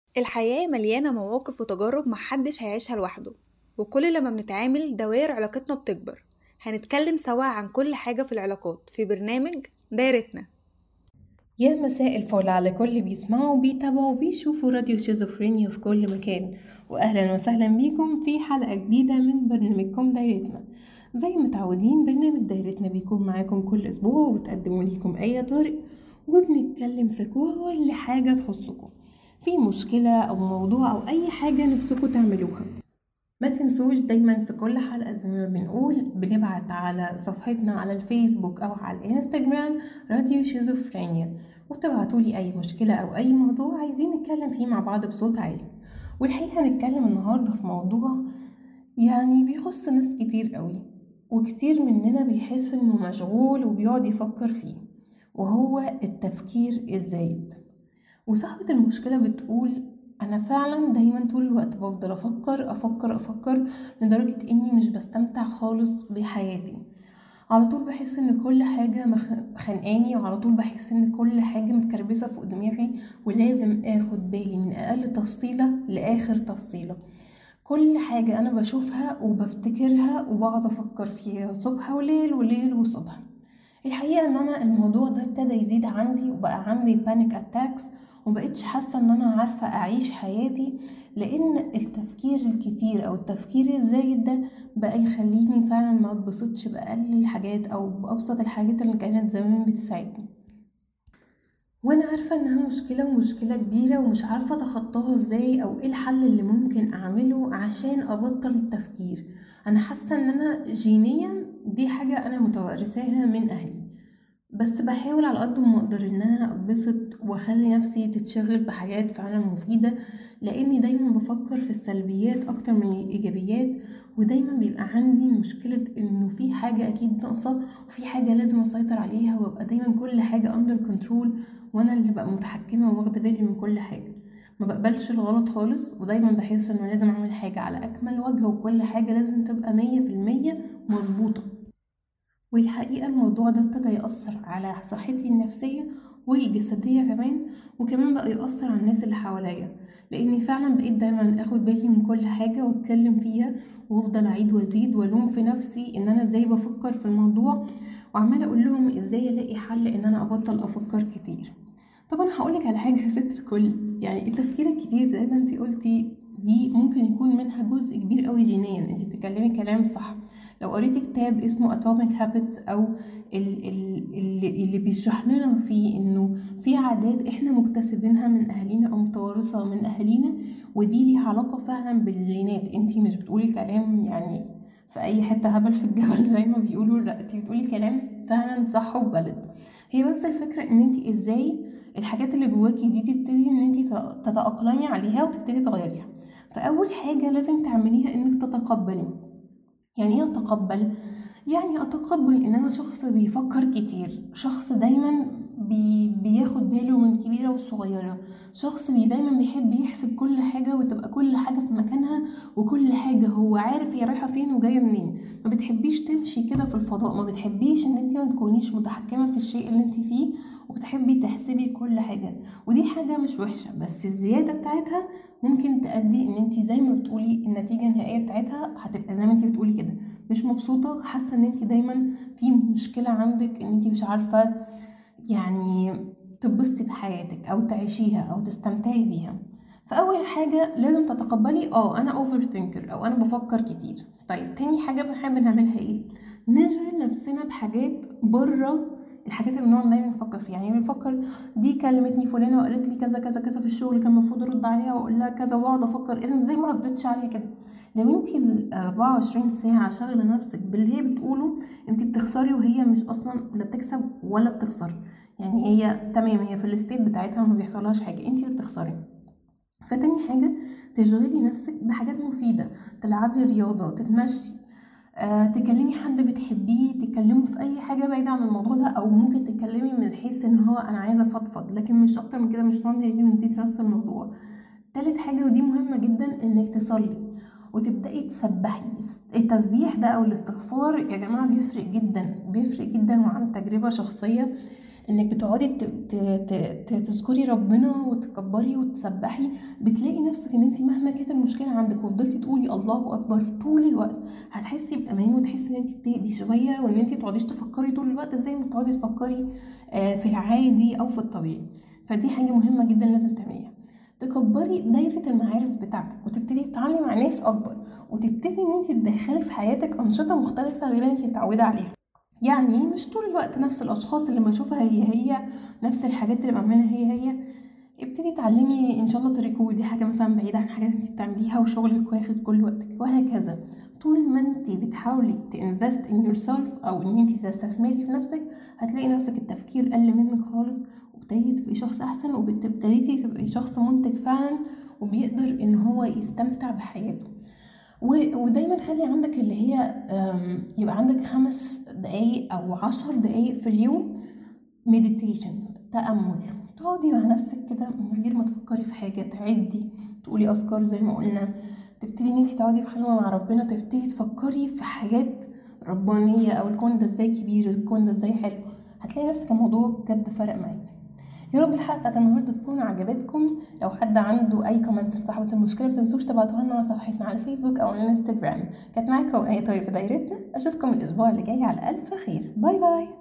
الحياة مليانة مواقف وتجارب محدش هيعيشها لوحده، وكل لما بنتعامل دوائر علاقتنا بتكبر. هنتكلم سوا عن كل حاجة في العلاقات في برنامج دايرتنا. يا مساء الفل على كل بيسمعوا وبيتابعوا وبيشوفوا راديو شيزوفرينيا في كل مكان، وأهلا وسهلا بيكم في حلقة جديدة من برنامجكم دايرتنا. زي متعودين برنامج دايرتنا بيكون معاكم كل أسبوع وتقدموا ليكم أي طارئ، وبنتكلم في كل حاجة تخصكم، في مشكلة أو موضوع أو أي حاجة نفسكم تعملوها. ما تنسوش دايما في كل حلقة زي ما بنقول بنبعت على صفحتنا على الفيسبوك أو على الانستجرام راديو شيزوفرينيا، وتبعتولي أي مشكلة أو أي موضوع عايزين نتكلم فيه مع بعض بصوت عالي. والحقيقة هنتكلم النهاردة في موضوع يعني بيخص ناس كتير قوي، وكتير مننا بيحس إنه مشغول وبيقعد يفكر فيه، وهو التفكير الزايد. وصاحبة المشكلة بتقول أنا فعلا دايما طول الوقت بفضل أفكر أفكر أفكر لدرجة إني مش بستمتع خالص بحياتي. على طول بحس إن كل حاجة خانقاني، وعلى طول بحس إن كل حاجة متكربسة فوق دماغي، ولازم أخد بالي من أقل تفصيلة لآخر تفصيلة. كل حاجة أنا بشوفها وبفتكرها وبقعد أفكر فيها صبح وليل وليل وصبح. الحقيقة ان انا الموضوع ده ابتدى يزيد عندي وبقى عندي بانيك اتاكس، ومبقتش حاسة ان انا عارفة اعيش حياتي، لان التفكير الكتير او التفكير الزايد ده بقى يخليني فعلا ما اتبسطش باقل الحاجات او بابسط الحاجات اللي كانت زمان بتساعدني. وانا عارفة انها مشكلة ومشكلة كبيرة ومش عارفة اتخطاها ازاي او ايه الحل اللي ممكن اعمله عشان ابطل التفكير. انا حاسة ان انا جينيا دي حاجة انا متوارثاها من اهلي، بس بحاول على قد ما اقدر ان انا اتبسط واخلي نفسي تتشغل بحاجات فعلا مفيدة، لاني دايما بفكر في السلبيات اكتر من الايجابيات. ودايما بيبقى عندي مشكلة انه في حاجة اكيد ناقصة وفي حاجة لازم اسيطر عليها، وابقى دايما كل حاجة under control، وانا اللي بقى متحكمة واخدة بالي من كل حاجة. ما بقبلش الغلط خالص، ودايما بحس انه لازم اعمل حاجة على اكمل وجه، وكل حاجة لازم تبقى 100% مظبوطة. والحقيقة الموضوع ده ابتدى يأثر على صحتي النفسية والجسدية كمان، وكمان بقى يأثر على الناس اللي حواليا، لأني فعلا بقيت دايما أخد بالي من كل حاجة وأتكلم فيها، وأفضل أعيد وأزيد وألوم في نفسي إن أنا إزاي بفكر في الموضوع، وعمالة أقول لهم إزاي ألاقي حل إن أنا أبطل أفكر كتير. طب أنا هقولك على حاجة يا ست الكل، يعني التفكير الكتير زي ما انتي قلتي دي ممكن يكون منها جزء كبير قوي جينيا، انتي بتتكلمي كلام صح. لو قريتي كتاب اسمه Atomic Habits او اللي بيشرح لنا فيه انه في عادات احنا مكتسبينها من اهالينا او متوارثة من اهالينا، ودي ليها علاقة فعلا بالجينات. انتي مش بتقولي كلام يعني في اي حتة هبل في الجبل زي ما بيقولوا، لا انتي بتقولي كلام فعلا صح وبلد. هي بس الفكرة ان انتي ازاي الحاجات اللي جواكي دي تبتدي ان انتي تتأقلمي عليها وتبتدي تغيريها. فاول حاجة لازم تعمليها انك تتقبلي. يعني ايه اتقبل؟ يعني اتقبل ان انا شخص بيفكر كتير، شخص دايما بياخد باله من الكبيرة والصغيرة، شخص دايما بيحب يحسب كل حاجة وتبقى كل حاجة في مكانها، وكل حاجة هو عارف هي رايحة فين وجاية منين. ما بتحبيش تمشي كده في الفضاء، ما بتحبيش ان انت ما تكونيش متحكمة في الشيء اللي انت فيه، وبتحبي تحسبي كل حاجة. ودي حاجة مش وحشة، بس الزيادة بتاعتها ممكن تأدي ان انت زي ما بتقولي النتيجة النهائية بتاعتها هتبقى زي ما انت بتقولي كده، مش مبسوطة، حاسة ان انت دايما في مشكلة عندك، ان انت مش عارفة يعني تبسطي بحياتك او تعيشيها او تستمتعي بيها. فاول حاجة لازم تتقبلي انا اوفر ثينكر او انا بفكر كتير. طيب تاني حاجة بنحب نعملها ايه؟ نشغل نفسنا بحاجات بره الحاجات اللي بنقعد دايما نفكر فيها. يعني بنفكر دي كلمتني فلانه وقالت لي كذا كذا كذا في الشغل، كان المفروض ارد عليها واقول لها كذا، واقعد افكر ايه ازاي ما ردتش عليها كده. لو انتي ال 24 ساعه شاغله نفسك باللي هي بتقوله، انتي بتخسري، وهي مش اصلا لا بتكسب ولا بتخسر. يعني هي تمام، هي في الستيت بتاعتها ما بيحصلهاش حاجه، انتي اللي بتخسري. فتاني حاجه تشغلي نفسك بحاجات مفيده، تلعبي رياضه، تتمشي، تكلمي حد بتحبيه، تكلموا في اي حاجه بعيده عن الموضوع ده، او ممكن تتكلمي من حيث ان هو انا عايزه افضفض، لكن مش اكتر من كده، مش نقعد نعيد ونزيد في نفس الموضوع. تالت حاجه ودي مهمه جدا، انك تصلي وتبداي تسبحي. التسبيح ده او الاستغفار يا جماعه بيفرق جدا، بيفرق جدا، وعن تجربه شخصيه انك بتقعدي تذكري ربنا وتكبري وتسبحي، بتلاقي نفسك ان انت مهما كانت المشكله عندك وفضلتي تقولي الله اكبر طول الوقت، هتحسي بامان وتحسي ان انت بتهدي شويه، وان انت متقعديش تفكري طول الوقت زي ما بتقعدي تفكري في العادي او في الطبيعي. فدي حاجه مهمه جدا لازم تعمليها، تكبري دايره المعارف بتاعتك وتبتدي تتعاملي مع ناس اكبر، وتبتدي ان انت تدخلي في حياتك انشطه مختلفه غير اللي انت متعوده عليها. يعني مش طول الوقت نفس الاشخاص اللي بشوفها هي نفس الحاجات اللي بعملها هي. ابتدي تعلمي ان شاء الله تريكو، دي حاجه مثلا بعيده عن حاجات انت بتعمليها وشغلك واخد كل وقتك، وهكذا. طول ما انت بتحاولي تinvest in yourself او ان انت تستثمري في نفسك، هتلاقي نفسك التفكير قل منك خالص، وابتديتي تبقي شخص احسن، وابتديتي تبقي شخص منتج فعلا وبيقدر ان هو يستمتع بحياته. ودايما خلي عندك اللي هي يبقى عندك 5 دقايق او 10 دقايق في اليوم مديتيشن، تأمل، تقعدي مع نفسك كده من غير ما تفكري في حاجة، تعدي، تقولي أذكار زي ما قلنا، تبتدي ان انتي تقعدي في خلوة مع ربنا، تبتدي تفكري في حاجات ربانية، او الكون ده ازاي كبير، الكون ده ازاي حلو، هتلاقي نفسك الموضوع بجد فرق معاك. يا رب الحلقه بتاعت النهارده تكون عجبتكم. لو حد عنده اي كومنتس لصاحبه المشكله ما تنسوش تبعتوها لنا على صفحتنا على فيسبوك او على انستجرام. كانت معاكم ايه طيب في دايرتنا، اشوفكم الاسبوع اللي جاي على الف خير. باي باي.